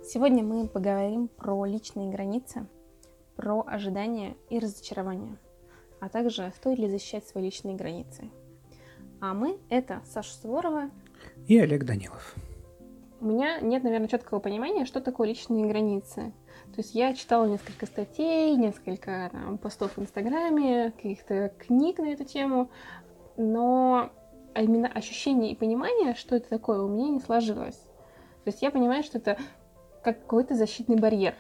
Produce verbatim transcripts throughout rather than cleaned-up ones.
Сегодня мы поговорим про личные границы, про ожидания и разочарования, а также стоит ли защищать свои личные границы. А мы — это Саша Суворова и Олег Данилов. У меня нет, наверное, четкого понимания, что такое личные границы. То есть я читала несколько статей, несколько там, постов в Инстаграме, каких-то книг на эту тему, но именно ощущение и понимание, что это такое, у меня не сложилось. То есть я понимаю, что это как какой-то защитный барьер.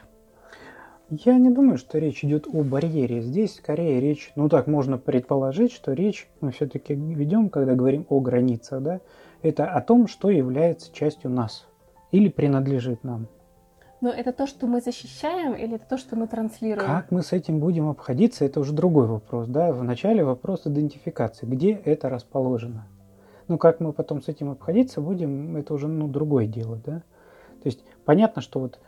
Я не думаю, что речь идет о барьере. Здесь скорее речь, ну так можно предположить, что речь мы все-таки ведем, когда говорим о границах, да, это о том, что является частью нас или принадлежит нам. Но это то, что мы защищаем, или это то, что мы транслируем? Как мы с этим будем обходиться, это уже другой вопрос, да. Вначале вопрос идентификации, где это расположено. Ну, как мы потом с этим обходиться будем, это уже ну, другое дело, да. То есть понятно, что вот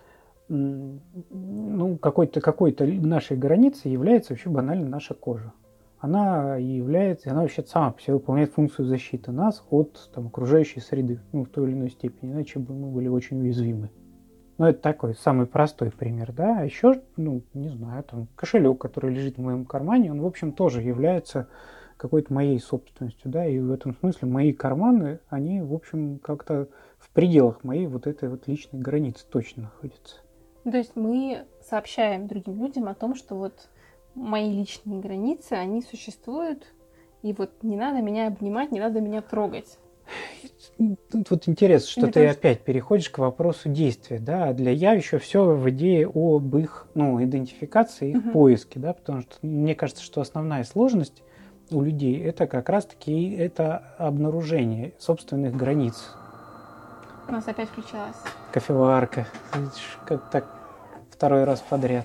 ну, какой-то, какой-то нашей границей является вообще банально наша кожа. Она является, она вообще сама по себе выполняет функцию защиты нас от там, окружающей среды, ну, в той или иной степени, иначе бы мы были очень уязвимы. Ну, это такой самый простой пример, да. А еще, ну, не знаю, там, кошелек, который лежит в моем кармане, он, в общем, тоже является какой-то моей собственностью, да, и в этом смысле мои карманы, они, в общем, как-то в пределах моей вот этой вот личной границы точно находятся. То есть мы сообщаем другим людям о том, что вот мои личные границы, они существуют, и вот не надо меня обнимать, не надо меня трогать. Тут вот интересно, что Или ты то, опять переходишь к вопросу действия, да, а для я еще все в идее об их, ну, идентификации, их uh-huh. поиске, да, потому что мне кажется, что основная сложность у людей это как раз-таки это обнаружение собственных границ. У нас опять включалась кофеварка, как так второй раз подряд.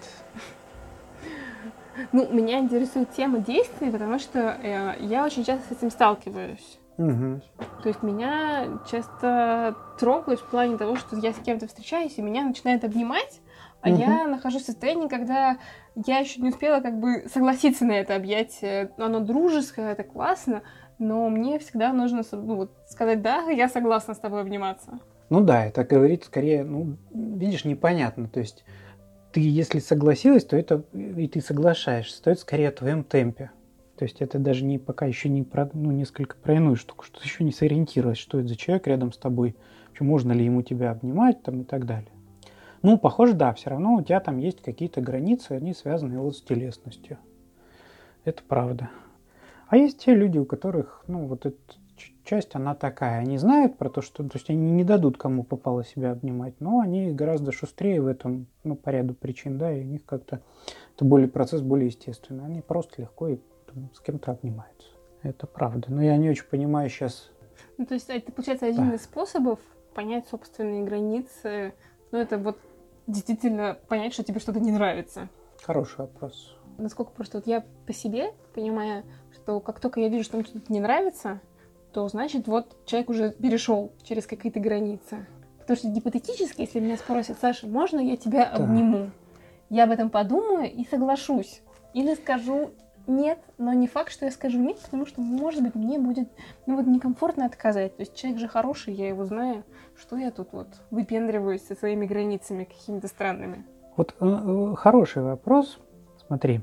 Ну, меня интересует тема действий, потому что э, я очень часто с этим сталкиваюсь. Угу. То есть меня часто трогают в плане того, что я с кем-то встречаюсь, и меня начинает обнимать, а угу. я нахожусь в состоянии, когда я еще не успела как бы согласиться на это объятие. Оно дружеское, это классно, но мне всегда нужно ну, вот, сказать, да, я согласна с тобой обниматься. Ну да, это говорит скорее, ну, видишь, непонятно. То есть ты, если согласилась, то это, и ты соглашаешься, то это скорее о твоем темпе. То есть это даже не пока еще не про, ну, несколько про иную штуку, что ты еще не сориентировалась, что это за человек рядом с тобой, вообще можно ли ему тебя обнимать там, и так далее. Ну, похоже, да, все равно у тебя там есть какие-то границы, они связаны вот с телесностью. Это правда. А есть те люди, у которых, ну, вот эта часть, она такая, они знают про то, что, то есть они не дадут кому попало себя обнимать, но они гораздо шустрее в этом, ну, по ряду причин, да, и у них как-то это более процесс более естественный. Они просто легко и там, с кем-то обнимаются. Это правда. Но я не очень понимаю сейчас. Ну, то есть это, получается, один да. из способов понять собственные границы. Ну, это вот действительно понять, что тебе что-то не нравится. Хороший вопрос. Насколько просто вот я по себе понимаю, что как только я вижу, что мне что-то не нравится, то значит, вот человек уже перешел через какие-то границы. Потому что гипотетически, если меня спросят, Саша, можно я тебя да. обниму? Я об этом подумаю и соглашусь. Или скажу нет, но не факт, что я скажу нет, потому что, может быть, мне будет ну, вот некомфортно отказать. То есть человек же хороший, я его знаю, что я тут вот выпендриваюсь со своими границами какими-то странными. Вот э, хороший вопрос. Смотри,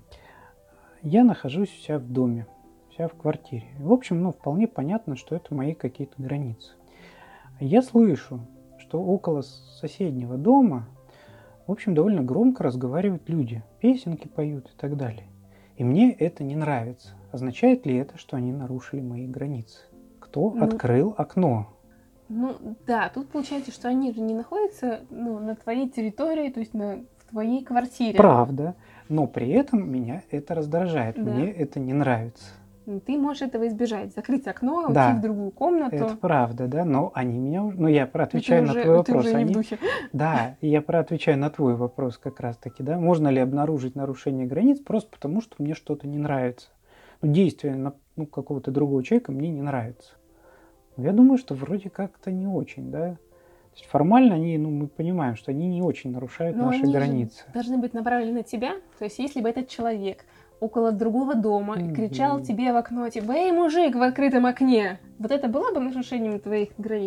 я нахожусь у себя в доме, у себя в квартире. В общем, ну, вполне понятно, что это мои какие-то границы. Я слышу, что около соседнего дома, в общем, довольно громко разговаривают люди, песенки поют и так далее. И мне это не нравится. Означает ли это, что они нарушили мои границы? Кто ну, открыл окно? Ну, да, тут получается, что они же не находятся ну, на твоей территории, то есть на, в твоей квартире. Правда. Но при этом меня это раздражает, да. Мне это не нравится. Ты можешь этого избежать, закрыть окно, да, уйти в другую комнату. Это правда, да, но они меня уже... Ну, я отвечаю уже, на твой вопрос. Ты уже они... не в духе. Да, и я отвечаю на твой вопрос как раз-таки, да. Можно ли обнаружить нарушение границ просто потому, что мне что-то не нравится? Ну, действие на, ну, какого-то другого человека мне не нравится. Но я думаю, что вроде как-то не очень, да. То есть формально они, ну, мы понимаем, что они не очень нарушают но наши они границы. Должны быть направлены на тебя. То есть если бы этот человек около другого дома mm-hmm. и кричал тебе в окно, типа, «Эй, мужик, в открытом окне!» Вот это было бы нарушением твоих границ?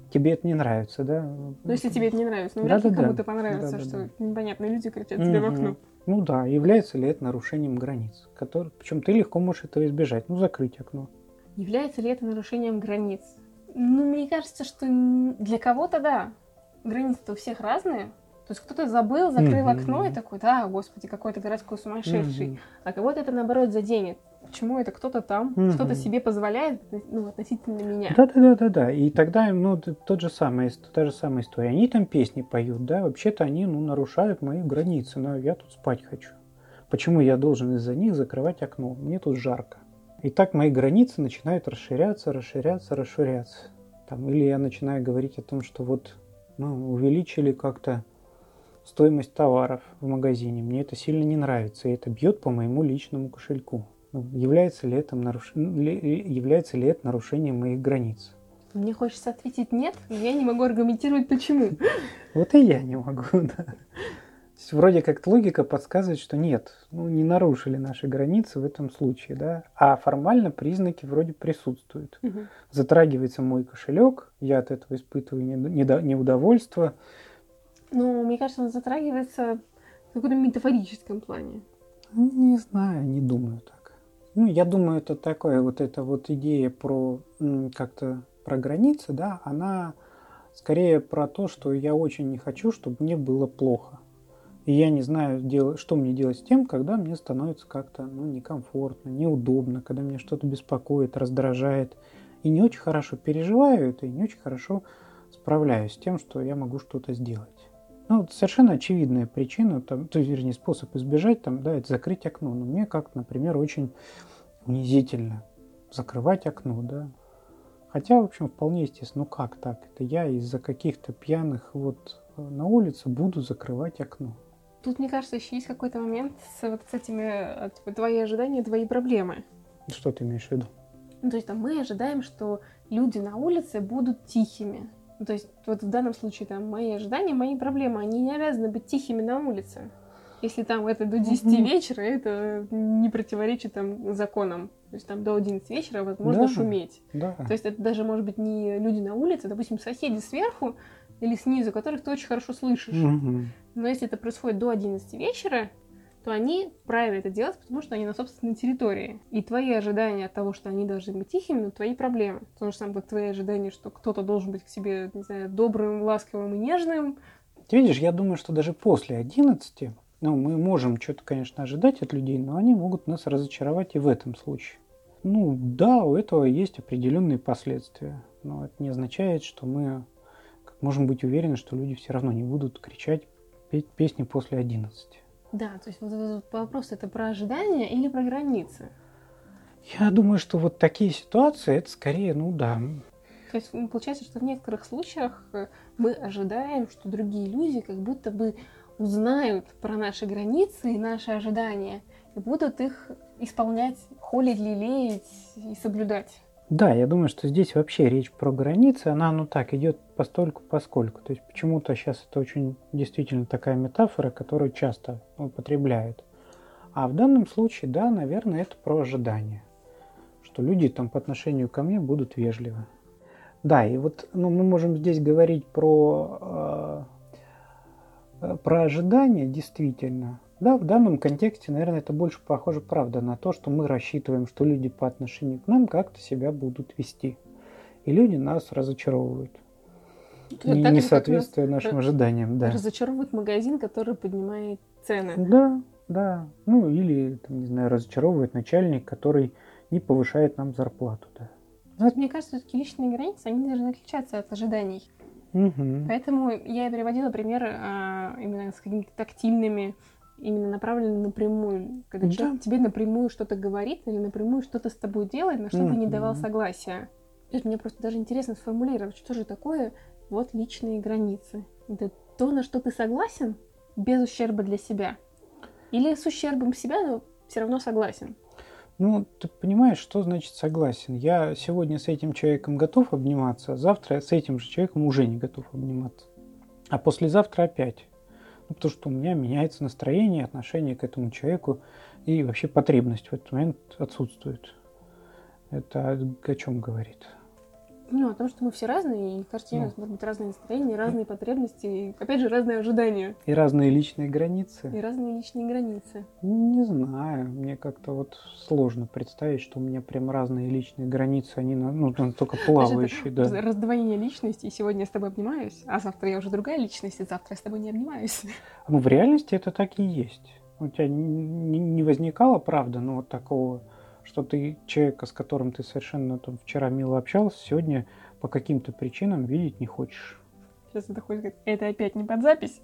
тебе это не нравится, да? Ну, если тебе это не нравится, ну, вряд ли Да-да-да. кому-то понравится, Да-да-да. что непонятные люди кричат тебе в Мгм. окно. Ну да, является ли это нарушением границ? Который... Причем ты легко можешь этого избежать. Ну, закрыть окно. Является ли это нарушением границ? Ну, мне кажется, что м, для кого-то да. Границы-то у всех разные. То есть кто-то забыл, закрыл Мгм. окно и такой, да, господи, какой-то городской сумасшедший. Мгм. А кого-то это, наоборот, заденет. Почему это кто-то там Мгм. что-то себе позволяет, ну, относительно меня? Да-да-да-да-да. И тогда, ну, т- тот же самый, та же самая история. Они там песни поют, да, вообще-то они, ну, нарушают мои границы, но я тут спать хочу. Почему я должен из-за них закрывать окно? Мне тут жарко. И так мои границы начинают расширяться, расширяться, расширяться. Там, или я начинаю говорить о том, что вот, ну, увеличили как-то стоимость товаров в магазине. Мне это сильно не нравится, и это бьет по моему личному кошельку. Ну, является ли это, наруш... ли- является ли это нарушением моих границ? Мне хочется ответить нет, но я не могу аргументировать, почему. Вот и я не могу, да. То есть вроде как логика подсказывает, что нет, ну, не нарушили наши границы в этом случае, да, а формально признаки вроде присутствуют. Мгм. Затрагивается мой кошелек, я от этого испытываю недо- недо- неудовольствие. Ну, мне кажется, он затрагивается в каком-то метафорическом плане. Не знаю, не думаю так. Ну, я думаю, это такое, вот эта вот идея про м, как-то про границы, да, она скорее про то, что я очень не хочу, чтобы мне было плохо. И я не знаю, дел- что мне делать с тем, когда мне становится как-то, ну, некомфортно, неудобно, когда меня что-то беспокоит, раздражает. И не очень хорошо переживаю это, и не очень хорошо справляюсь с тем, что я могу что-то сделать. Ну, вот совершенно очевидная причина, там, то есть, вернее, способ избежать, там, да, это закрыть окно. Но мне как-то, например, очень унизительно закрывать окно, да. Хотя, в общем, вполне естественно, ну как так? Это я из-за каких-то пьяных вот э, на улице буду закрывать окно. Тут, мне кажется, еще есть какой-то момент с вот с этими э, типа, твои ожидания, твои проблемы. Что ты имеешь в виду? Ну, то есть там мы ожидаем, что люди на улице будут тихими. Ну, то есть вот в данном случае там мои ожидания, мои проблемы, они не обязаны быть тихими на улице. Если там это до десяти Мгм. вечера, это не противоречит там законам. То есть там до одиннадцати вечера возможно Да. шуметь. Да. То есть это даже может быть не люди на улице, а, допустим, соседи сверху или снизу, которых ты очень хорошо слышишь. Мгм. Но если это происходит до одиннадцати вечера, то они вправе это делать, потому что они на собственной территории. И твои ожидания от того, что они должны быть тихими, ну, твои проблемы. То же самое, как твои ожидания, что кто-то должен быть к тебе, не знаю, добрым, ласковым и нежным. Ты видишь, я думаю, что даже после одиннадцати, ну, мы можем что-то, конечно, ожидать от людей, но они могут нас разочаровать и в этом случае. Ну, да, у этого есть определенные последствия, но это не означает, что мы как можем быть уверены, что люди все равно не будут кричать, петь песни после одиннадцати. Да, то есть вот этот вопрос, это про ожидания или про границы? Я думаю, что вот такие ситуации, это скорее, ну да. То есть ну, получается, что в некоторых случаях э, мы ожидаем, что другие люди как будто бы узнают про наши границы и наши ожидания и будут их исполнять, холить, лелеять и соблюдать. Да, я думаю, что здесь вообще речь про границы, она, ну так, идет постольку поскольку. То есть почему-то сейчас это очень действительно такая метафора, которую часто употребляют. А в данном случае, да, наверное, это про ожидание. Что люди там по отношению ко мне будут вежливы. Да, и вот ну, мы можем здесь говорить про, э, про ожидания, действительно. Да, в данном контексте, наверное, это больше похоже, правда, на то, что мы рассчитываем, что люди по отношению к нам как-то себя будут вести. И люди нас разочаровывают. Не, Так не же, как соответствуя нас нашим ожиданиям, да. разочаровывает магазин, который поднимает цены. Да, да. Ну, или, там, не знаю, разочаровывает начальник, который не повышает нам зарплату, да. То есть, мне кажется, все-таки личные границы, они должны отличаться от ожиданий. Угу. Поэтому я и приводила пример а, именно с какими-то тактильными, именно направленными напрямую. Когда Да. человек тебе напрямую что-то говорит или напрямую что-то с тобой делает, на что ты не давал Мгм. согласия. То есть мне просто даже интересно сформулировать, что же такое вот личные границы. Это то, на что ты согласен, без ущерба для себя. Или с ущербом себя, но все равно согласен. Ну, ты понимаешь, что значит согласен? Я сегодня с этим человеком готов обниматься, а завтра я с этим же человеком уже не готов обниматься. А послезавтра опять. Ну, потому что у меня меняется настроение, отношение к этому человеку, и вообще потребность в этот момент отсутствует. Это о чем говорит? Ну, о том, что мы все разные, и каждый день у нас может быть разное настроение, разные потребности, и, опять же, разные ожидания. И разные личные границы. И разные личные границы. Не знаю, мне как-то вот сложно представить, что у меня прям разные личные границы, они на- ну, только плавающие, Даже да. это раздвоение личности, и сегодня я с тобой обнимаюсь, а завтра я уже другая личность, и завтра я с тобой не обнимаюсь. Ну, в реальности это так и есть. У тебя не, не возникало, правда, ну, вот такого, что ты человека, с которым ты совершенно там вчера мило общался, сегодня по каким-то причинам видеть не хочешь. Сейчас это хоть это опять не под запись.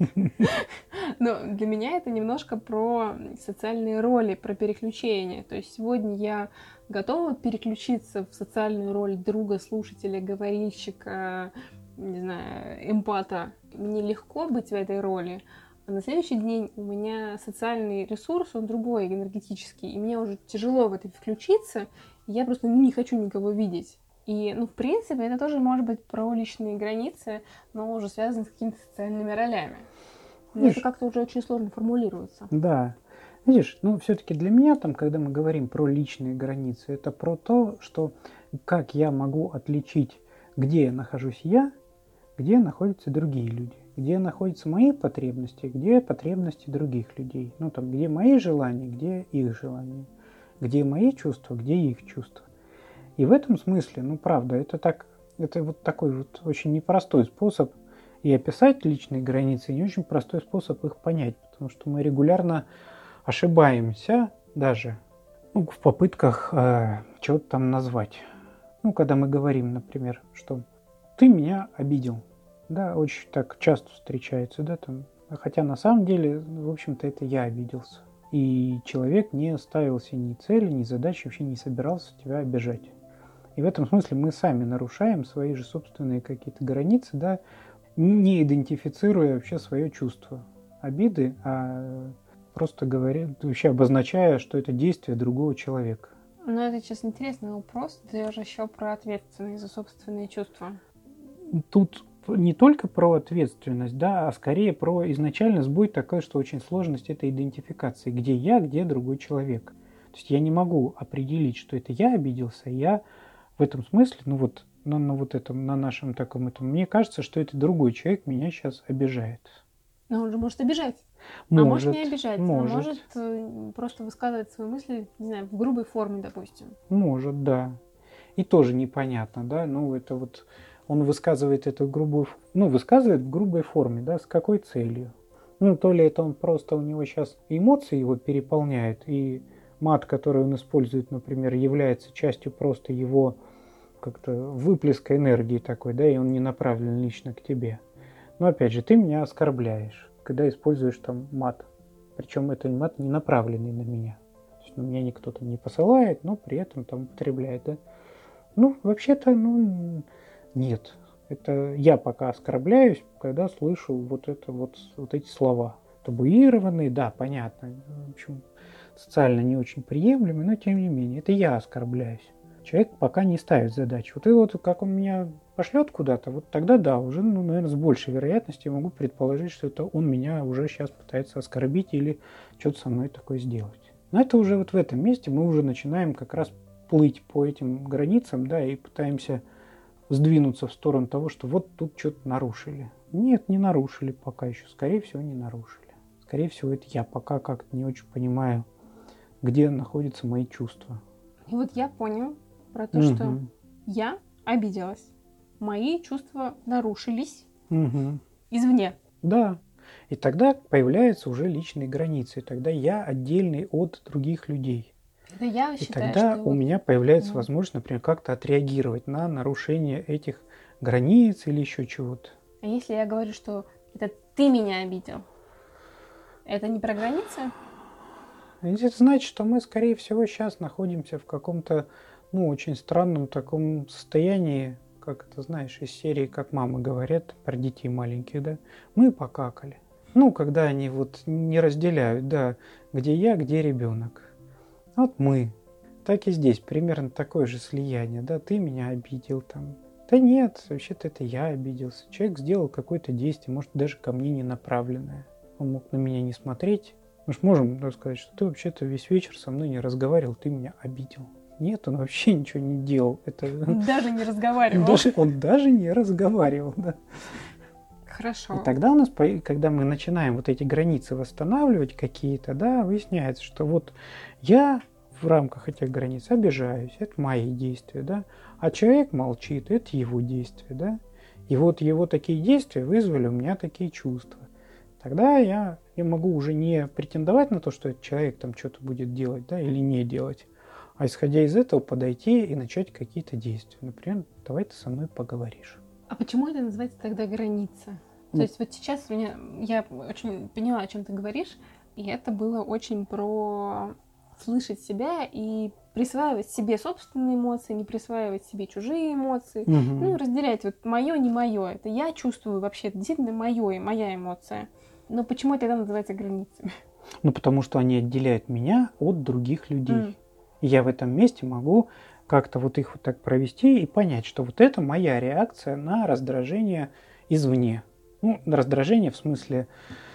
Но для меня это немножко про социальные роли, про переключение. То есть сегодня я готова переключиться в социальную роль друга, слушателя, говорильщика, не знаю, эмпата. Мне легко быть в этой роли. А на следующий день у меня социальный ресурс, он другой, энергетический, и мне уже тяжело в это включиться, и я просто не хочу никого видеть. И, ну, в принципе, это тоже может быть про личные границы, но уже связано с какими-то социальными ролями. Но Видишь, это как-то уже очень сложно формулируется. Да. Видишь, ну, все-таки для меня, там, когда мы говорим про личные границы, это про то, что как я могу отличить, где нахожусь я, где находятся другие люди, где находятся мои потребности, где потребности других людей. Ну, там, где мои желания, где их желания, где мои чувства, где их чувства. И в этом смысле, ну, правда, это так, это вот такой вот очень непростой способ и описать личные границы, и не очень простой способ их понять, потому что мы регулярно ошибаемся даже ну, в попытках э, чего-то там назвать. Ну, когда мы говорим, например, что ты меня обидел. Да, очень так часто встречается, да, там. Хотя на самом деле, в общем-то, это я обиделся. И человек не ставил себе ни цели, ни задачи, вообще не собирался тебя обижать. И в этом смысле мы сами нарушаем свои же собственные какие-то границы, да, не идентифицируя вообще свое чувство обиды, а просто говоря, вообще обозначая, что это действие другого человека. Ну, это сейчас интересный вопрос. Ты же еще про ответственность за собственные чувства. Тут не только про ответственность, да, а скорее про изначально сбой такой, что очень сложность этой идентификации, где я, где другой человек. То есть я не могу определить, что это я обиделся, я в этом смысле, ну вот на, на вот этом, на нашем таком этом, мне кажется, что это другой человек меня сейчас обижает. Но он же может обижать. Может, а может не обижать, может. а может э, просто высказывать свои мысли, не знаю, в грубой форме, допустим. Может, да. И тоже непонятно, да, ну это вот он высказывает эту грубую, ну высказывает в грубой форме, да, с какой целью? Ну то ли это он просто, у него сейчас эмоции его переполняют, и мат, который он использует, например, является частью просто его как-то выплеска энергии такой, да, и он не направлен лично к тебе. Но опять же, ты меня оскорбляешь, когда используешь там мат. Причем это мат не направленный на меня. То есть на меня никто там не посылает, но при этом там употребляет, да. Ну, вообще-то, ну, нет. Это я пока оскорбляюсь, когда слышу вот это вот, вот эти слова. Табуированные, да, понятно. В общем, социально не очень приемлемые, но тем не менее, это я оскорбляюсь. Человек пока не ставит задачу. Вот и вот как он меня пошлет куда-то, вот тогда да, уже, ну, наверное, с большей вероятностью могу предположить, что это он меня уже сейчас пытается оскорбить или что-то со мной такое сделать. Но это уже вот в этом месте мы уже начинаем как раз плыть по этим границам, да, и пытаемся сдвинуться в сторону того, что вот тут что-то нарушили. Нет, не нарушили пока еще. Скорее всего, не нарушили. Скорее всего, это я пока как-то не очень понимаю, где находятся мои чувства. И вот я понял про то, угу. что я обиделась. Мои чувства нарушились угу. извне. Да. И тогда появляются уже личные границы. И тогда я отдельный от других людей. Да я и считаю, тогда что у вот... меня появляется ну. возможность, например, как-то отреагировать на нарушение этих границ или еще чего-то. А если я говорю, что это ты меня обидел, это не про границы? Это значит, что мы, скорее всего, сейчас находимся в каком-то, ну, очень странном таком состоянии, как это, знаешь, из серии, как мамы говорят про детей маленьких, да, мы покакали. Ну, когда они вот не разделяют, да, где я, где ребенок. Вот мы. Так и здесь примерно такое же слияние, да, ты меня обидел там. Да нет, вообще-то это я обиделся. Человек сделал какое-то действие, может, даже ко мне не направленное. Он мог на меня не смотреть. Мы же можем, да, сказать, что ты вообще-то весь вечер со мной не разговаривал, ты меня обидел. Нет, он вообще ничего не делал. Это... Даже не разговаривал. Даже, он даже не разговаривал, да. Хорошо. И тогда у нас, когда мы начинаем вот эти границы восстанавливать какие-то, да, выясняется, что вот я в рамках этих границ обижаюсь, это мои действия, да, а человек молчит, это его действия, да. И вот его такие действия вызвали у меня такие чувства. Тогда я, я могу уже не претендовать на то, что этот человек там что-то будет делать, да, или не делать, а исходя из этого подойти и начать какие-то действия. Например, давай ты со мной поговоришь. А почему это называется тогда граница? То есть вот сейчас у меня, я очень поняла, о чем ты говоришь, и это было очень про слышать себя и присваивать себе собственные эмоции, не присваивать себе чужие эмоции, угу. ну, разделять вот мое, не мое. Это я чувствую вообще, это действительно мое, моя эмоция. Но почему это тогда называется границами? Ну, потому что они отделяют меня от других людей. Mm. И я в этом месте могу как-то вот их вот так провести и понять, что вот это моя реакция на раздражение извне. Ну, раздражение в смысле,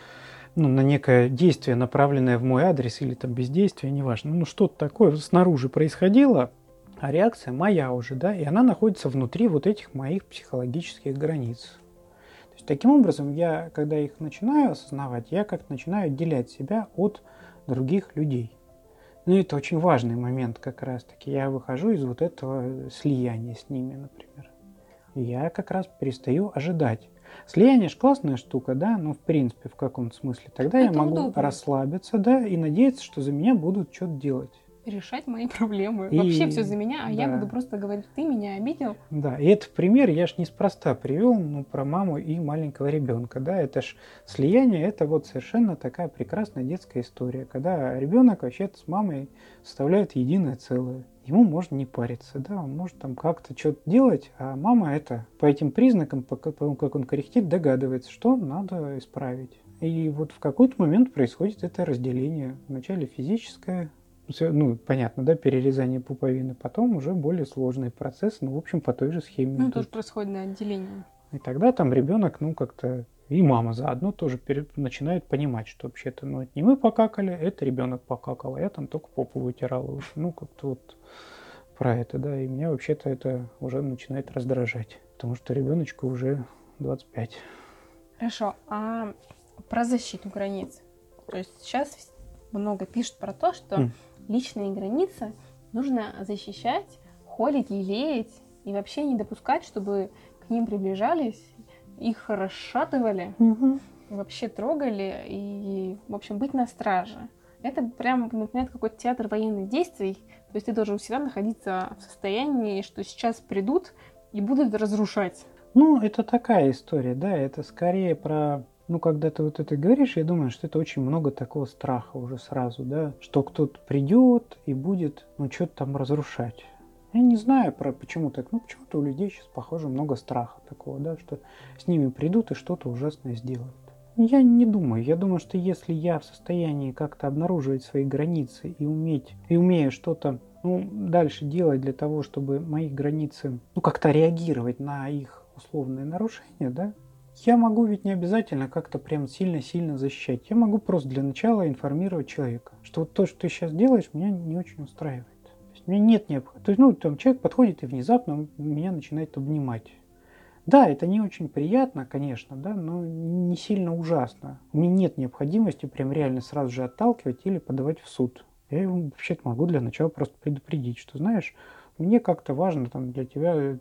ну, на некое действие, направленное в мой адрес или там бездействие, неважно. Ну, что-то такое снаружи происходило, а реакция моя уже, да, и она находится внутри вот этих моих психологических границ. То есть, таким образом, я, когда их начинаю осознавать, я как-то начинаю отделять себя от других людей. Ну, это очень важный момент как раз-таки. Я выхожу из вот этого слияния с ними, например. И я как раз перестаю ожидать. Слияние же классная штука, да, ну, в принципе, в каком-то смысле. Тогда это я могу удобно. расслабиться, да, и надеяться, что за меня будут что-то делать. Решать мои проблемы. И... Вообще все за меня, а да. я буду просто говорить, ты меня обидел. Да, и этот пример я ж неспроста привел, ну, про маму и маленького ребенка, да, это ж слияние, это вот совершенно такая прекрасная детская история, когда ребенок вообще-то с мамой составляет единое целое. Ему можно не париться, да, он может там как-то что-то делать, а мама это по этим признакам, по тому, как он кряхтит, догадывается, что надо исправить. И вот в какой-то момент происходит это разделение. Вначале физическое, ну, понятно, да, перерезание пуповины, потом уже более сложный процесс, ну, в общем, по той же схеме. Ну, тоже происходит, да, отделение. И тогда там ребенок, ну, как-то, и мама заодно тоже пере... начинает понимать, что вообще-то, ну, это не мы покакали, это ребенок покакал, а я там только попу вытирала. Ну, как-то вот про это, да, и меня вообще-то это уже начинает раздражать, потому что ребеночку уже двадцать пять. Хорошо, а про защиту границ? То есть сейчас много пишут про то, что mm. личные границы нужно защищать, холить, лелеять и вообще не допускать, чтобы к ним приближались, их расшатывали, mm-hmm. вообще трогали и, в общем, быть на страже. Это прям напоминает какой-то театр военных действий. То есть ты должен всегда находиться в состоянии, что сейчас придут и будут разрушать. Ну, это такая история, да, это скорее про... Ну, когда ты вот это говоришь, я думаю, что это очень много такого страха уже сразу, да, что кто-то придет и будет, ну, что-то там разрушать. Я не знаю, про почему так, ну, почему-то у людей сейчас, похоже, много страха такого, да, что с ними придут и что-то ужасное сделают. Я не думаю. Я думаю, что если я в состоянии как-то обнаруживать свои границы и уметь, и умею что-то, ну, дальше делать для того, чтобы мои границы, ну, как-то реагировать на их условные нарушения, да, я могу ведь не обязательно как-то прям сильно-сильно защищать. Я могу просто для начала информировать человека, что вот то, что ты сейчас делаешь, меня не очень устраивает. То есть, у меня нет необходимости. То есть, ну, там человек подходит и внезапно меня начинает обнимать. Да, это не очень приятно, конечно, да, но не сильно ужасно. У меня нет необходимости прям реально сразу же отталкивать или подавать в суд. Я его вообще-то могу для начала просто предупредить, что, знаешь, мне как-то важно там для тебя,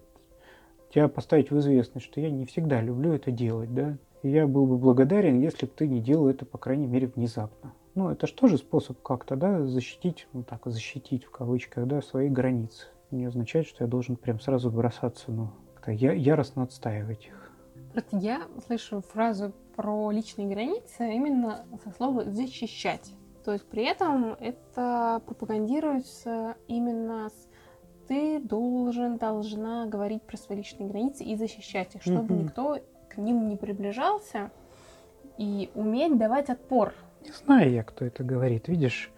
тебя поставить в известность, что я не всегда люблю это делать, да. И я был бы благодарен, если бы ты не делал это, по крайней мере, внезапно. Ну, это же тоже способ как-то, да, защитить, ну так, защитить в кавычках, да, свои границы. Не означает, что я должен прям сразу бросаться, ну, Я, яростно отстаивать их. Просто я слышу фразу про личные границы именно со слова «защищать». То есть при этом это пропагандируется именно с «ты должен, должна говорить про свои личные границы и защищать их, чтобы mm-hmm. никто к ним не приближался, и уметь давать отпор». Не знаю я, кто это говорит. Видишь,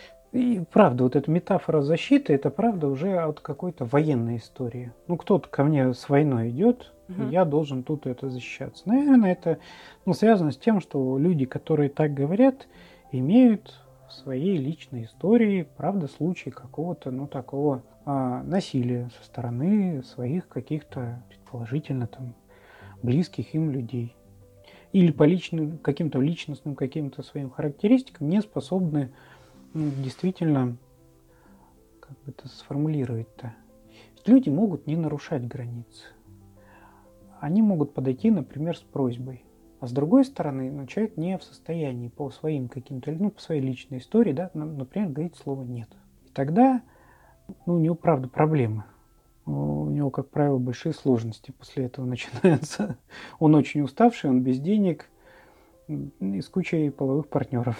и правда, вот эта метафора защиты, это правда уже от какой-то военной истории. Ну, кто-то ко мне с войной идет, угу. и я должен тут это защищаться. Наверное, это, ну, связано с тем, что люди, которые так говорят, имеют в своей личной истории, правда, случай какого-то, ну, такого а, насилия со стороны своих каких-то, предположительно, там, близких им людей. Или по личным, каким-то личностным, каким-то своим характеристикам не способны ну, действительно, как бы это сформулировать-то. Ведь люди могут не нарушать границы. Они могут подойти, например, с просьбой. А с другой стороны, ну, человек не в состоянии по своим каким-то, ну, по своей личной истории, да, например, говорить слово «нет». И тогда ну, у него, правда, проблемы. У него, как правило, большие сложности после этого начинаются. Он очень уставший, он без денег и с кучей половых партнеров.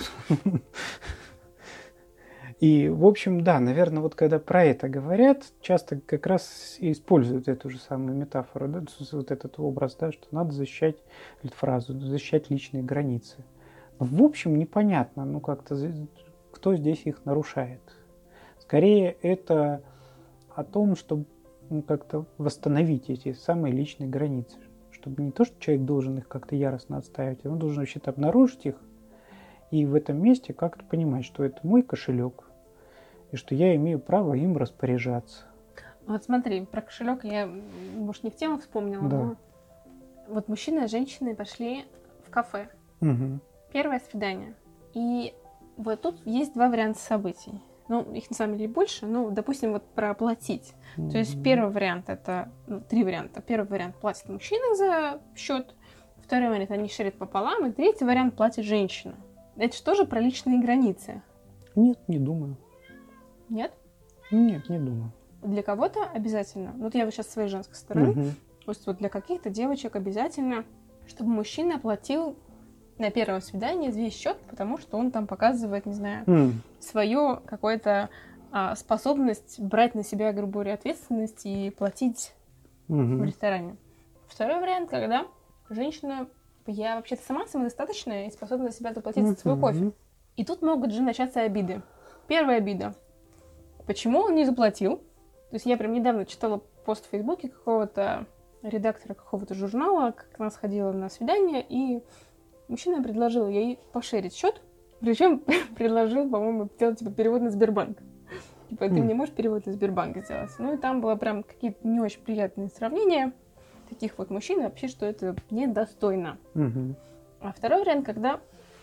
И, в общем, да, наверное, вот когда про это говорят, часто как раз и используют эту же самую метафору, да, вот этот образ, да, что надо защищать, эту фразу, защищать личные границы. В общем, непонятно, ну как-то, кто здесь их нарушает. Скорее, это о том, чтобы ну, как-то восстановить эти самые личные границы. Чтобы не то, что человек должен их как-то яростно отстаивать, он должен вообще-то обнаружить их и в этом месте как-то понимать, что это мой кошелек, и что я имею право им распоряжаться. Вот смотри, про кошелек я, может, не в тему вспомнила, Да. но вот мужчина и женщина пошли в кафе. Угу. Первое свидание. И вот тут есть два варианта событий. Ну, их на самом деле больше, но, допустим, вот про оплатить. Угу. То есть первый вариант это, ну, три варианта. Первый вариант платит мужчина за счет, второй вариант они шерят пополам, и третий вариант платит женщина. Это же тоже про личные границы. Нет, не думаю. Нет? Нет, не думаю. Для кого-то обязательно. Вот я вот сейчас с своей женской стороны. Угу. То есть вот для каких-то девочек обязательно, чтобы мужчина оплатил на первом свидании весь счет, потому что он там показывает, не знаю, Mm. свою какую-то а, способность брать на себя, грубо говоря, ответственность и платить Угу. в ресторане. Второй вариант, когда женщина, я вообще-то сама самодостаточная и способна за себя заплатить за свой кофе. И тут могут же начаться обиды. Первая обида. Почему он не заплатил? То есть я прям недавно читала пост в Фейсбуке какого-то редактора какого-то журнала, как она сходила на свидание, и мужчина предложил ей пошерить счет, причем предложил, по-моему, сделать типа перевод на Сбербанк. Типа, ты Mm. мне можешь перевод на Сбербанк сделать? Ну и там было прям какие-то не очень приятные сравнения таких вот мужчин, и вообще, что это недостойно. Угу. А второй вариант, когда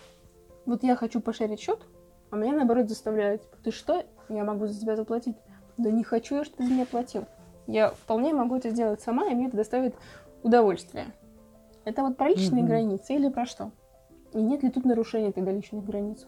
вот я хочу пошерить счет, а меня наоборот заставляют, типа, ты что, я могу за тебя заплатить? Да не хочу я, чтобы ты за меня платил. Я вполне могу это сделать сама, и мне это доставит удовольствие. Это вот про личные Мгм. границы или про что? И нет ли тут нарушения тогда личных границ?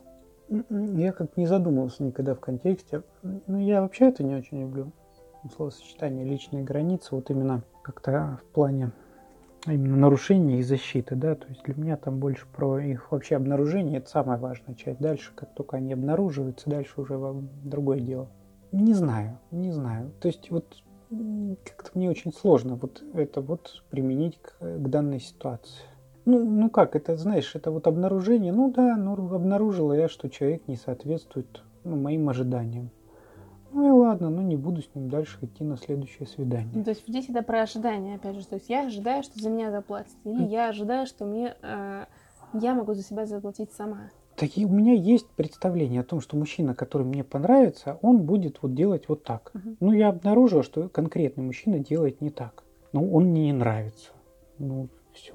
Я как не задумывался никогда в контексте. Ну, я вообще это не очень люблю. Словосочетание личные границы, вот именно как-то в плане именно нарушения и защиты, да, то есть для меня там больше про их вообще обнаружение, это самая важная часть. Дальше, как только они обнаруживаются, дальше уже вам другое дело. Не знаю, не знаю. То есть вот м, как-то мне очень сложно вот это вот применить к, к данной ситуации. Ну, ну как, это, знаешь, это вот обнаружение, ну да, ну обнаружила я, что человек не соответствует ну, моим ожиданиям. Ну и ладно, ну не буду с ним дальше идти на следующее свидание. Ну, то есть здесь это про ожидание, опять же. То есть я ожидаю, что за меня заплатят. Или я ожидаю, что мне э, я могу за себя заплатить сама. Так и у меня есть представление о том, что мужчина, который мне понравится, он будет вот делать вот так. Мгм. Ну, я обнаружил, что конкретный мужчина делает не так. Ну, он мне не нравится. Ну, все.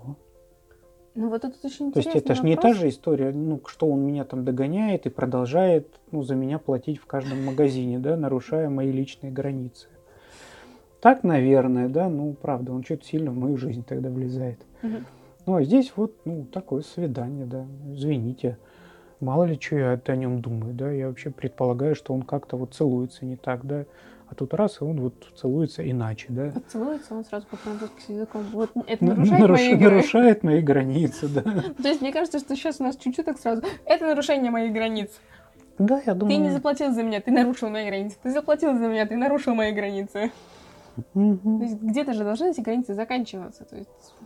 Ну вот это очень То есть интересный это же не вопрос. та же история, ну, что он меня там догоняет и продолжает ну, за меня платить в каждом магазине, да, нарушая мои личные границы. Так, наверное, да, ну, правда, он что-то сильно в мою жизнь тогда влезает. Мгм. Ну, а здесь вот, ну, такое свидание, да, извините. Мало ли, что я о нем думаю, да, я вообще предполагаю, что он как-то вот целуется не так, да, а тут раз, и он вот целуется иначе, да. Вот целуется, он сразу по-французски с языком. Вот это На- нарушает наруш- мои границы. нарушает мои границы, да. То есть мне кажется, что сейчас у нас чуть-чуть так сразу. Это нарушение моих границ. Да, я думаю... Ты не заплатил за меня, ты нарушил мои границы. Ты заплатил за меня, ты нарушил мои границы. Мгм. То есть где-то же должны эти границы заканчиваться. То есть...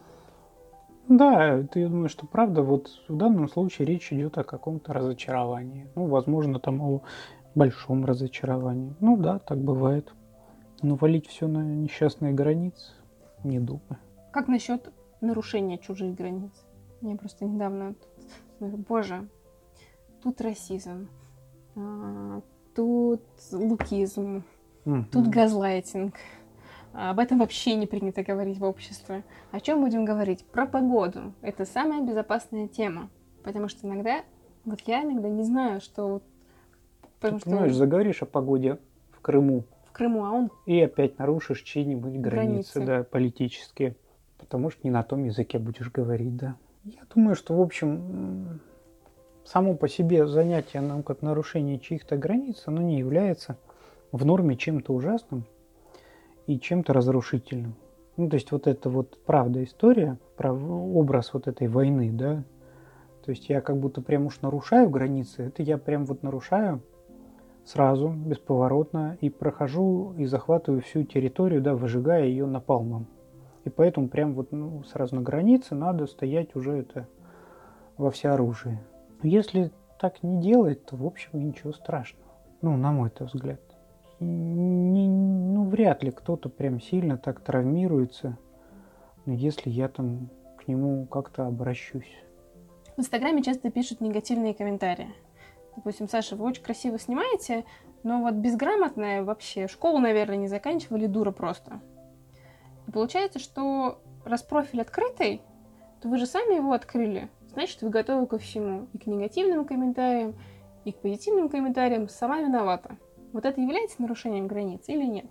Да, ты думаешь, что правда, вот в данном случае речь идет о каком-то разочаровании. Ну, возможно, там о большом разочаровании. Ну да, так бывает. Но валить все на несчастные границы, не думаю. Как насчет нарушения чужих границ? Мне просто недавно... тут, Боже, тут расизм, а, тут лукизм, Мгм. тут газлайтинг. А, Об этом вообще не принято говорить в обществе. О чем будем говорить? Про погоду. Это самая безопасная тема. Потому что иногда, вот я иногда не знаю, что... Потому Ты что понимаешь, заговоришь о погоде в Крыму в Крыму, а он и опять нарушишь чьи-нибудь границы, Границы. да, политические, потому что не на том языке будешь говорить, да. Я думаю, что, в общем, м, само по себе занятие наукой от нарушения чьих-то границ, оно не является в норме чем-то ужасным и чем-то разрушительным. Ну, то есть вот это вот правда история, про образ вот этой войны, да. То есть я как будто прям уж нарушаю границы, это я прям вот нарушаю сразу, бесповоротно, и прохожу и захватываю всю территорию, да, выжигая ее напалмом. И поэтому прям вот ну, сразу на границе надо стоять уже это во всеоружии. Если так не делать, то в общем ничего страшного. Ну, на мой взгляд. Не, ну, вряд ли кто-то прям сильно так травмируется, если я там к нему как-то обращусь. в Инстаграме часто пишут негативные комментарии. Допустим, Саша, вы очень красиво снимаете, но вот безграмотная вообще, школу, наверное, не заканчивали, дура просто. И получается, что раз профиль открытый, то вы же сами его открыли. Значит, вы готовы ко всему. И к негативным комментариям, и к позитивным комментариям. Сама виновата. Вот это является нарушением границ или нет?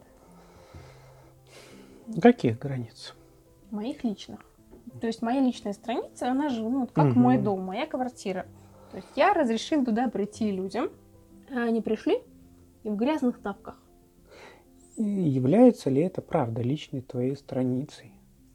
Каких границ? Моих личных. То есть моя личная страница, она же ну, как Мгм. мой дом, моя квартира. То есть я разрешил туда прийти людям, а они пришли и в грязных тапках. И является ли это правда личной твоей страницей?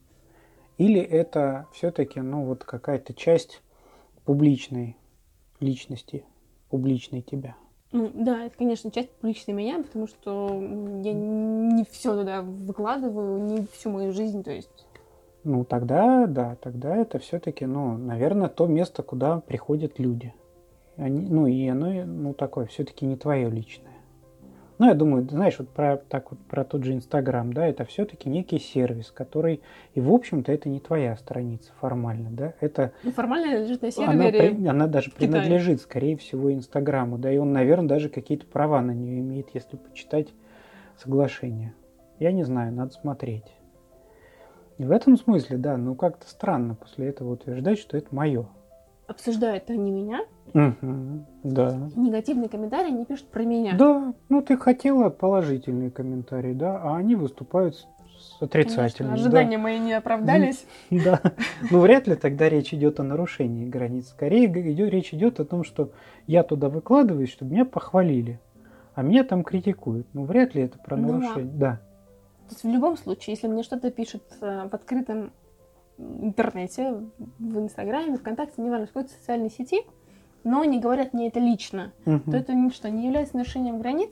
Или это все-таки ну, вот какая-то часть публичной личности, публичной тебя? Ну, да, это, конечно, часть публичной меня, потому что м, я не все туда выкладываю, не всю мою жизнь, то есть... Ну, тогда, да, тогда это все-таки, ну, наверное, то место, куда приходят люди. Они, ну, и оно, ну, такое, все-таки не твое личное. Ну, я думаю, знаешь, вот про, так вот про тот же Инстаграм, да, это все-таки некий сервис, который, и, в общем-то, это не твоя страница формально, да, это... Ну, формально лежит на Она, сервере. при- она даже Китае. принадлежит, скорее всего, Инстаграму, да, и он, наверное, даже какие-то права на нее имеет, если почитать соглашение. Я не знаю, надо смотреть. И в этом смысле, да, ну как-то странно после этого утверждать, что это мое. Обсуждают они меня, Угу, да. негативные комментарии они пишут про меня. Да, ну ты хотела положительные комментарии, да, а они выступают с Конечно, отрицательными. ожидания мои не оправдались. Да, ну вряд ли тогда речь идет о нарушении границ. Скорее идет, речь идет о том, что я туда выкладываюсь, чтобы меня похвалили, а меня там критикуют. Ну вряд ли это про Ну, нарушение. Да. То есть в любом случае, если мне что-то пишут э, в открытом интернете, в Инстаграме, ВКонтакте, неважно, в какой-то социальной сети, но они говорят мне это лично, Мгм. то это ни- что, не является нарушением границ?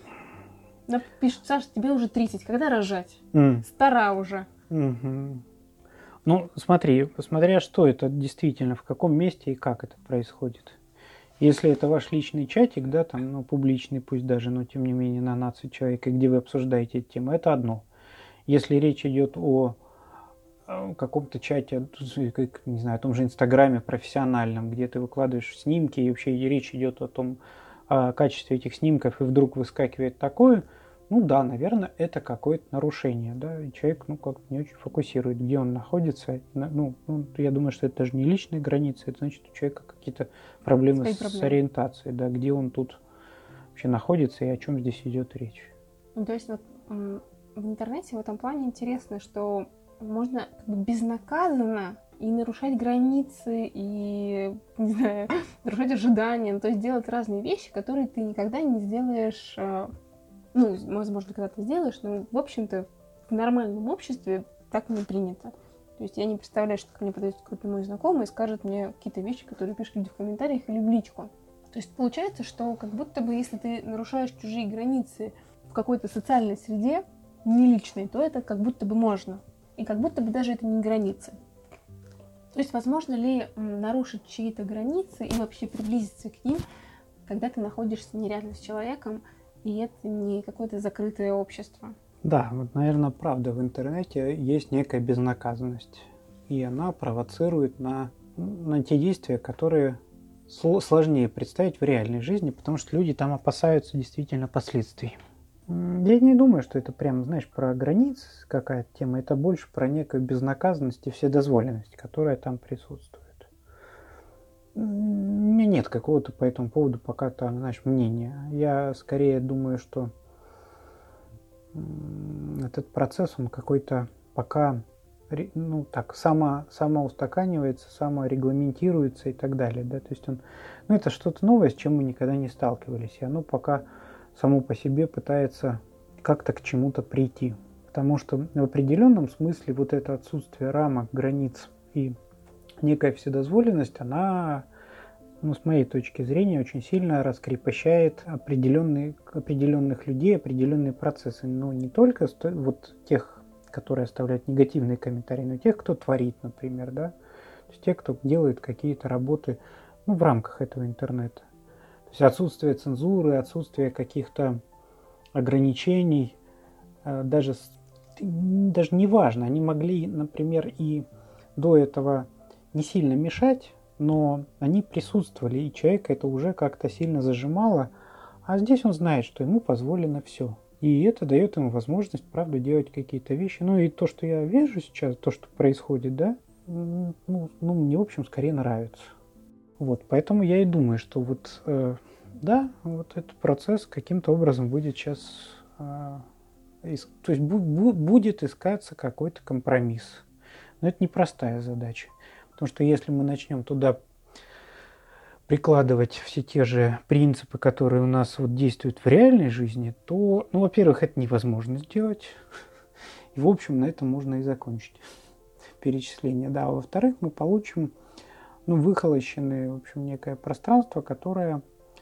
Да, пишут, Саша, тебе уже тридцать, когда рожать? М. Стара уже. Мгм. Ну, смотри, смотря что это действительно, в каком месте и как это происходит. Если это ваш личный чатик, да, там, ну, публичный, пусть даже, но тем не менее на нацию человека, где вы обсуждаете эту тему, это одно. Если речь идет о э, каком-то чате, как, не знаю, о том же Инстаграме профессиональном, где ты выкладываешь снимки, и вообще речь идет о том, о качестве этих снимков, и вдруг выскакивает такое, ну да, наверное, это какое-то нарушение, да, и человек, ну, как-то не очень фокусирует, где он находится, ну, ну, я думаю, что это даже не личные границы, это значит, у человека какие-то проблемы Свои с, проблемы. с ориентацией, да, где он тут вообще находится и о чем здесь идет речь. Ну, то есть вот м, в интернете в этом плане интересно, что можно как бы безнаказанно и нарушать границы, и, не знаю, нарушать ожидания, ну, то есть делать разные вещи, которые ты никогда не сделаешь, э, ну, возможно, когда ты сделаешь, но, в общем-то, в нормальном обществе так не принято. То есть я не представляю, что ко мне подойдет какой-то мой знакомый и скажет мне какие-то вещи, которые пишут люди в комментариях или в личку. То есть получается, что как будто бы, если ты нарушаешь чужие границы в какой-то социальной среде, не личной, то это как будто бы можно. И как будто бы даже это не границы. То есть возможно ли м, нарушить чьи-то границы и вообще приблизиться к ним, когда ты находишься не рядом с человеком, и это не какое-то закрытое общество? Да, вот, наверное, правда, в интернете есть некая безнаказанность, и она провоцирует на, на те действия, которые сложнее представить в реальной жизни, потому что люди там опасаются действительно последствий. Я не думаю, что это прям, знаешь, про границы какая-то тема. Это больше про некую безнаказанность и вседозволенность, которая там присутствует. У меня нет какого-то по этому поводу пока там, знаешь, мнения. Я скорее думаю, что этот процесс, он какой-то пока, ну так, само, самоустаканивается, саморегламентируется и так далее. Да? То есть он, ну это что-то новое, с чем мы никогда не сталкивались. И оно пока само по себе пытается как-то к чему-то прийти. Потому что в определенном смысле вот это отсутствие рамок, границ и некая вседозволенность, она, ну, с моей точки зрения, очень сильно раскрепощает определенные, определенных людей, определенные процессы. Но не только вот тех, которые оставляют негативные комментарии, но и тех, кто творит, например, да? То есть тех, кто делает какие-то работы, ну, в рамках этого интернета. То есть отсутствие цензуры, отсутствие каких-то ограничений, даже, даже не важно, они могли, например, и до этого не сильно мешать, но они присутствовали, и человека это уже как-то сильно зажимало, а здесь он знает, что ему позволено все. И это дает ему возможность, правда, делать какие-то вещи. Ну и то, что я вижу сейчас, то, что происходит, да, ну, ну мне, в общем, скорее нравится. Вот, поэтому я и думаю, что вот, э, да, вот этот процесс каким-то образом будет сейчас, э, ис- то есть бу- бу- будет искаться какой-то компромисс. Но это непростая задача, потому что если мы начнем туда прикладывать все те же принципы, которые у нас вот действуют в реальной жизни, то, ну, во-первых, это невозможно сделать, и, в общем, на этом можно и закончить перечисление, да, а во-вторых, мы получим, ну, выхолощенное, в общем, некое пространство, которое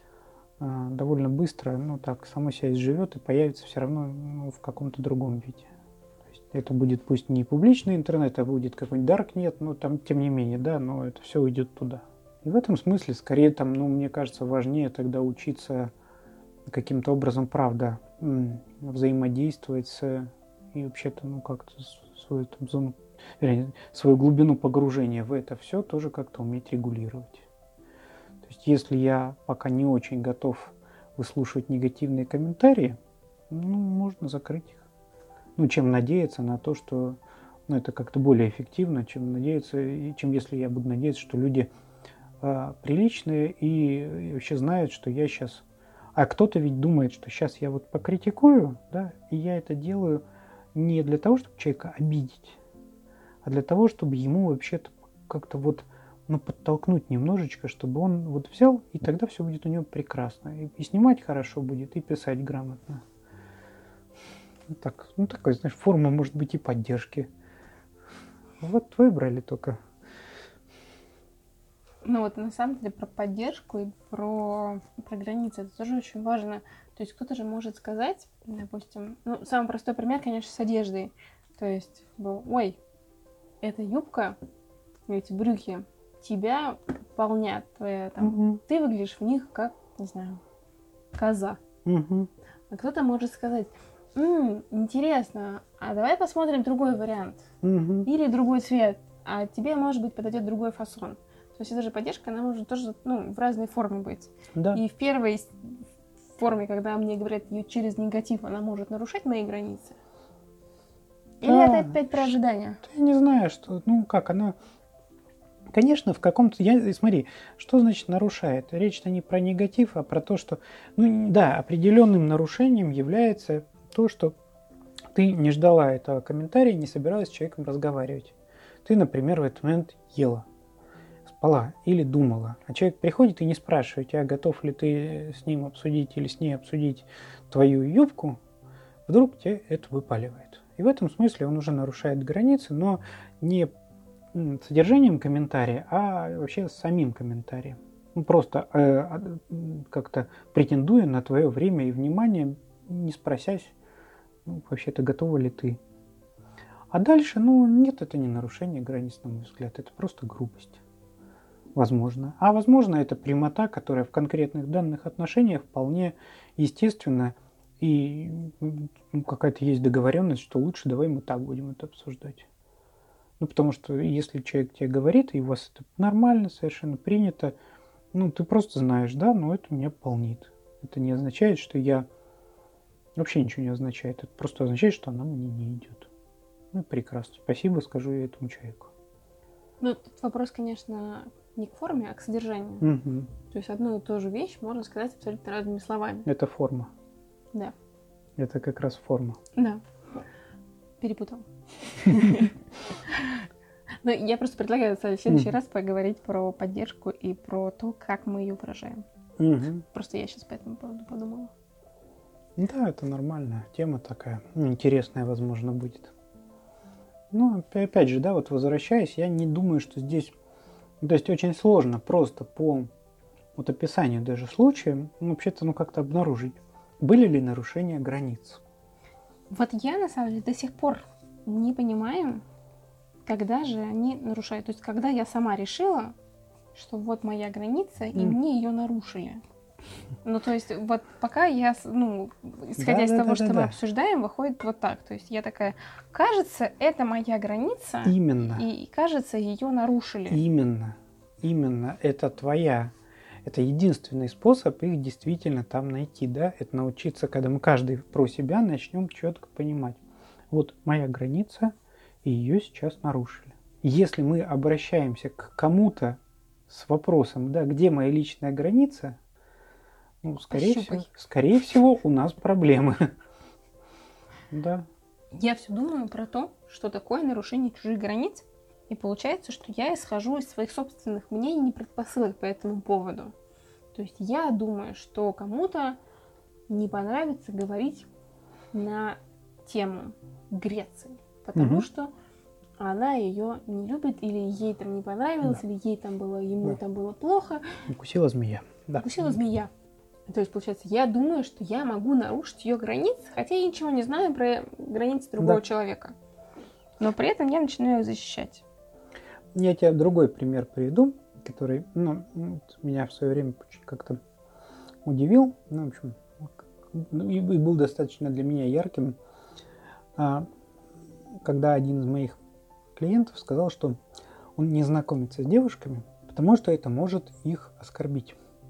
э, довольно быстро, ну, так, само себя изживет и появится все равно, ну, в каком-то другом виде. То есть это будет пусть не публичный интернет, а будет какой-нибудь даркнет, но там, тем не менее, да, но это все уйдет туда. И в этом смысле, скорее, там, ну, мне кажется, важнее тогда учиться каким-то образом, правда, взаимодействовать с, и вообще-то, ну, как-то свою там зону, вернее, свою глубину погружения в это все тоже как-то уметь регулировать. То есть, если я пока не очень готов выслушивать негативные комментарии, ну, можно закрыть их. Ну, чем надеяться на то, что, ну, это как-то более эффективно, чем надеяться, и чем если я буду надеяться, что люди э, приличные и вообще знают, что я сейчас... А кто-то ведь думает, что сейчас я вот покритикую, да, и я это делаю не для того, чтобы человека обидеть, а для того, чтобы ему вообще-то как-то вот, ну, подтолкнуть немножечко, чтобы он вот взял, и тогда все будет у него прекрасно. И, и снимать хорошо будет, и писать грамотно. Ну, так, ну, такой, знаешь, форма может быть и поддержки. Вот выбрали только. Ну вот на самом деле про поддержку и про, про границы это тоже очень важно. То есть кто-то же может сказать, допустим, ну самый простой пример, конечно, с одеждой. То есть, ой, эта юбка, эти брюки тебя полнят, твоя, там, угу. Ты выглядишь в них как, не знаю, коза. Угу. А кто-то может сказать, М, интересно, а давай посмотрим другой вариант. Угу. Или другой цвет, а тебе, может быть, подойдет другой фасон. То есть эта же поддержка, она может тоже, ну, в разной форме быть. Да. И в первой форме, когда мне говорят ее через негатив, она может нарушать мои границы. Или а, это опять про ожидания? Я не знаю, что, ну как, она, конечно, в каком-то, я, смотри, что значит нарушает? Речь-то не про негатив, а про то, что, ну да, определенным нарушением является то, что ты не ждала этого комментария, не собиралась с человеком разговаривать. Ты, например, в этот момент ела, спала или думала. А человек приходит и не спрашивает тебя, готов ли ты с ним обсудить или с ней обсудить твою юбку, вдруг тебе это выпаливает. И в этом смысле он уже нарушает границы, но не содержанием комментария, а вообще самим комментарием. Ну, просто э, как-то претендуя на твое время и внимание, не спросясь, ну, вообще-то готова ли ты. А дальше, ну, нет, это не нарушение границ, на мой взгляд, это просто грубость. Возможно. А возможно, это прямота, которая в конкретных данных отношениях вполне естественна, и ну, какая-то есть договоренность, что лучше давай мы так будем это обсуждать. Ну, потому что если человек тебе говорит, и у вас это нормально, совершенно принято, Ну, ты просто знаешь, да, но это меня полнит. Это не означает, что я... Вообще ничего не означает. Это просто означает, что она мне не идет. Ну, прекрасно. Спасибо, скажу я этому человеку. Ну, тут вопрос, конечно, не к форме, а к содержанию. Угу. То есть одну и ту же вещь можно сказать абсолютно разными словами. Это форма. Да. Это как раз форма. Да. Перепутал. Но я просто предлагаю в следующий раз поговорить про поддержку и про то, как мы ее выражаем. Просто я сейчас по этому поводу подумала. Да, это нормальная тема такая. Интересная, возможно, будет. Ну, опять же, да, вот возвращаясь, я не думаю, что здесь... То есть очень сложно просто по вот описанию даже случая, ну, вообще-то, ну, как-то обнаружить, были ли нарушения границ. Вот я, на самом деле, до сих пор не понимаю, когда же они нарушают. То есть, когда я сама решила, что вот моя граница, и mm. мне ее нарушили. Ну, то есть, вот пока я, ну, исходя да, из да, того, да, что да, мы да. обсуждаем, выходит вот так. То есть, я такая, кажется, это моя граница. Именно. И, кажется, ее нарушили. Именно. Именно. Это твоя. Это единственный способ их действительно там найти, да? Это научиться, когда мы каждый про себя начнем четко понимать. Вот моя граница, и ее сейчас нарушили. Если мы обращаемся к кому-то с вопросом, да, где моя личная граница, ну, скорее всего, скорее всего, у нас проблемы. Да. Я все думаю про то, что такое нарушение чужих границ, и получается, что я исхожу из своих собственных мнений и предпосылок по этому поводу. То есть я думаю, что кому-то не понравится говорить на тему Греции, потому угу. что она ее не любит, или ей там не понравилось, да. или ей там было, ему да. там было плохо. Укусила змея. Да. Укусила змея. То есть, получается, я думаю, что я могу нарушить ее границы, хотя я ничего не знаю про границы другого да. человека. Но при этом я начинаю защищать. Я тебе другой пример приведу, который ну, меня в свое время как-то удивил. Ну, в общем, и был достаточно для меня ярким. Когда один из моих клиентов сказал, что он не знакомится с девушками, потому что это может их оскорбить.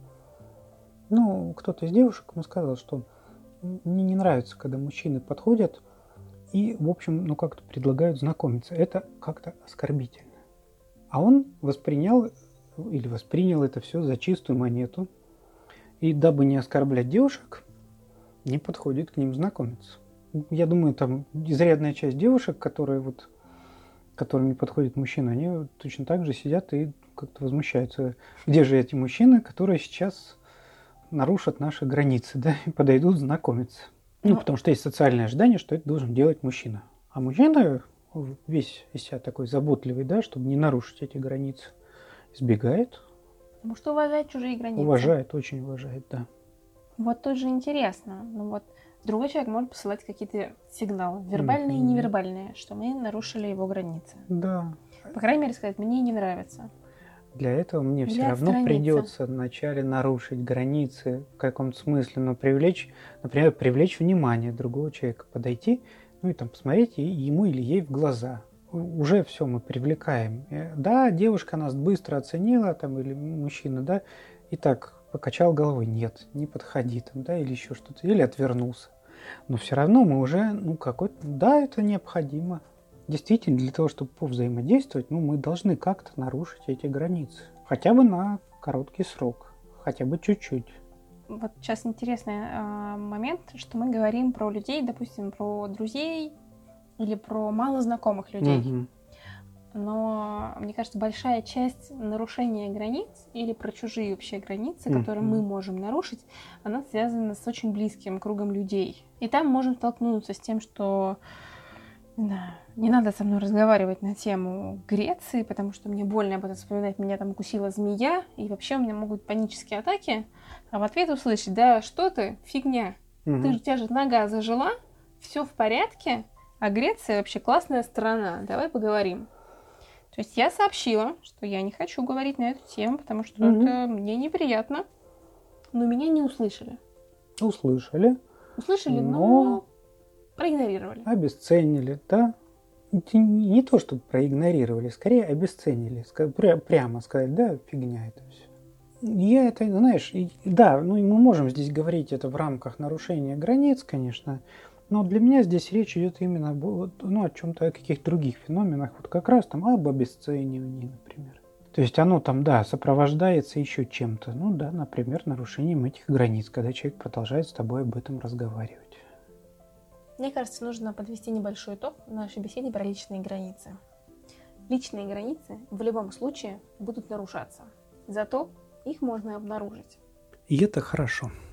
Ну, кто-то из девушек ему сказал, что мне не нравится, когда мужчины подходят и, в общем, ну как-то предлагают знакомиться. Это как-то оскорбительно. А он воспринял или воспринял это все за чистую монету. И дабы не оскорблять девушек, не подходит к ним знакомиться. Я думаю, там изрядная часть девушек, которые вот, которым не подходит мужчина, они точно так же сидят и как-то возмущаются. Где же эти мужчины, которые сейчас нарушат наши границы, да, и подойдут знакомиться. Ну, ну, потому что есть социальное ожидание, что это должен делать мужчина. А мужчина, весь из себя такой заботливый, да, чтобы не нарушить эти границы, избегает. Потому что уважает чужие границы. Уважает, очень уважает, да. Вот тут же интересно. Ну вот другой человек может посылать какие-то сигналы, вербальные mm-hmm. и невербальные, что мы нарушили его границы. Да. По крайней мере, сказать, мне не нравится. Для этого мне Или все равно придется вначале нарушить границы в каком-то смысле, но привлечь, например, привлечь внимание другого человека, подойти, ну и там посмотреть ему или ей в глаза. Уже все мы привлекаем. Да, девушка нас быстро оценила, там, или мужчина, да, и так покачал головой, нет, не подходи, там, да, или еще что-то, или отвернулся. Но все равно мы уже, ну, какой-то, да, это необходимо. Действительно, для того, чтобы повзаимодействовать, ну, мы должны как-то нарушить эти границы. Хотя бы на короткий срок, хотя бы чуть-чуть. Вот сейчас интересный э, момент, что мы говорим про людей, допустим, про друзей или про малознакомых людей. Угу. Но, мне кажется, большая часть нарушения границ или про чужие вообще границы, угу. которые мы можем нарушить, она связана с очень близким кругом людей. И там можем столкнуться с тем, что да, не надо со мной разговаривать на тему Греции, потому что мне больно об этом вспоминать, меня там укусила змея, и вообще у меня могут панические атаки, а в ответ услышать, да что ты, фигня, угу. ты, у тебя же нога зажила, все в порядке, а Греция вообще классная страна, давай поговорим. То есть я сообщила, что я не хочу говорить на эту тему, потому что угу. это мне неприятно, но меня не услышали. Услышали. Услышали, но... но... проигнорировали. Обесценили, да? Не то, чтобы проигнорировали, скорее обесценили. Прямо сказать, да, фигня это все. Я это, знаешь, и- да, ну и мы можем здесь говорить это в рамках нарушения границ, конечно, но для меня здесь речь идет именно об, вот, ну, о чем-то, о каких-то других феноменах, вот как раз там об обесценивании, например. То есть оно там, да, сопровождается еще чем-то, ну да, например, нарушением этих границ, когда человек продолжает с тобой об этом разговаривать. Мне кажется, нужно подвести небольшой итог нашей беседе про личные границы. Личные границы в любом случае будут нарушаться, зато их можно обнаружить. И это хорошо.